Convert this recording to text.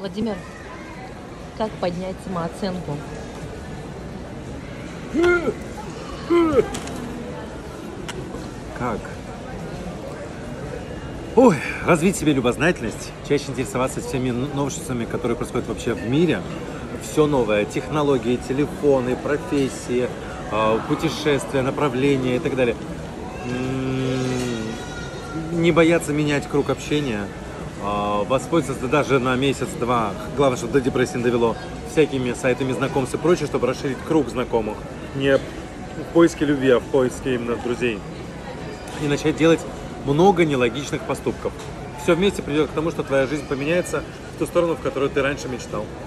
Владимир, как поднять самооценку? Как? Ой, развить в себе любознательность, чаще интересоваться всеми новшествами, которые происходят вообще в мире. Все новое, технологии, телефоны, профессии, путешествия, направления и так далее. Не бояться менять круг общения, воспользоваться даже на месяц-два, главное, чтобы до депрессии не довело, всякими сайтами знакомств и прочее, чтобы расширить круг знакомых. Не в поиске любви, а в поиске именно друзей. И начать делать много нелогичных поступков. Все вместе приведет к тому, что твоя жизнь поменяется в ту сторону, в которую ты раньше мечтал.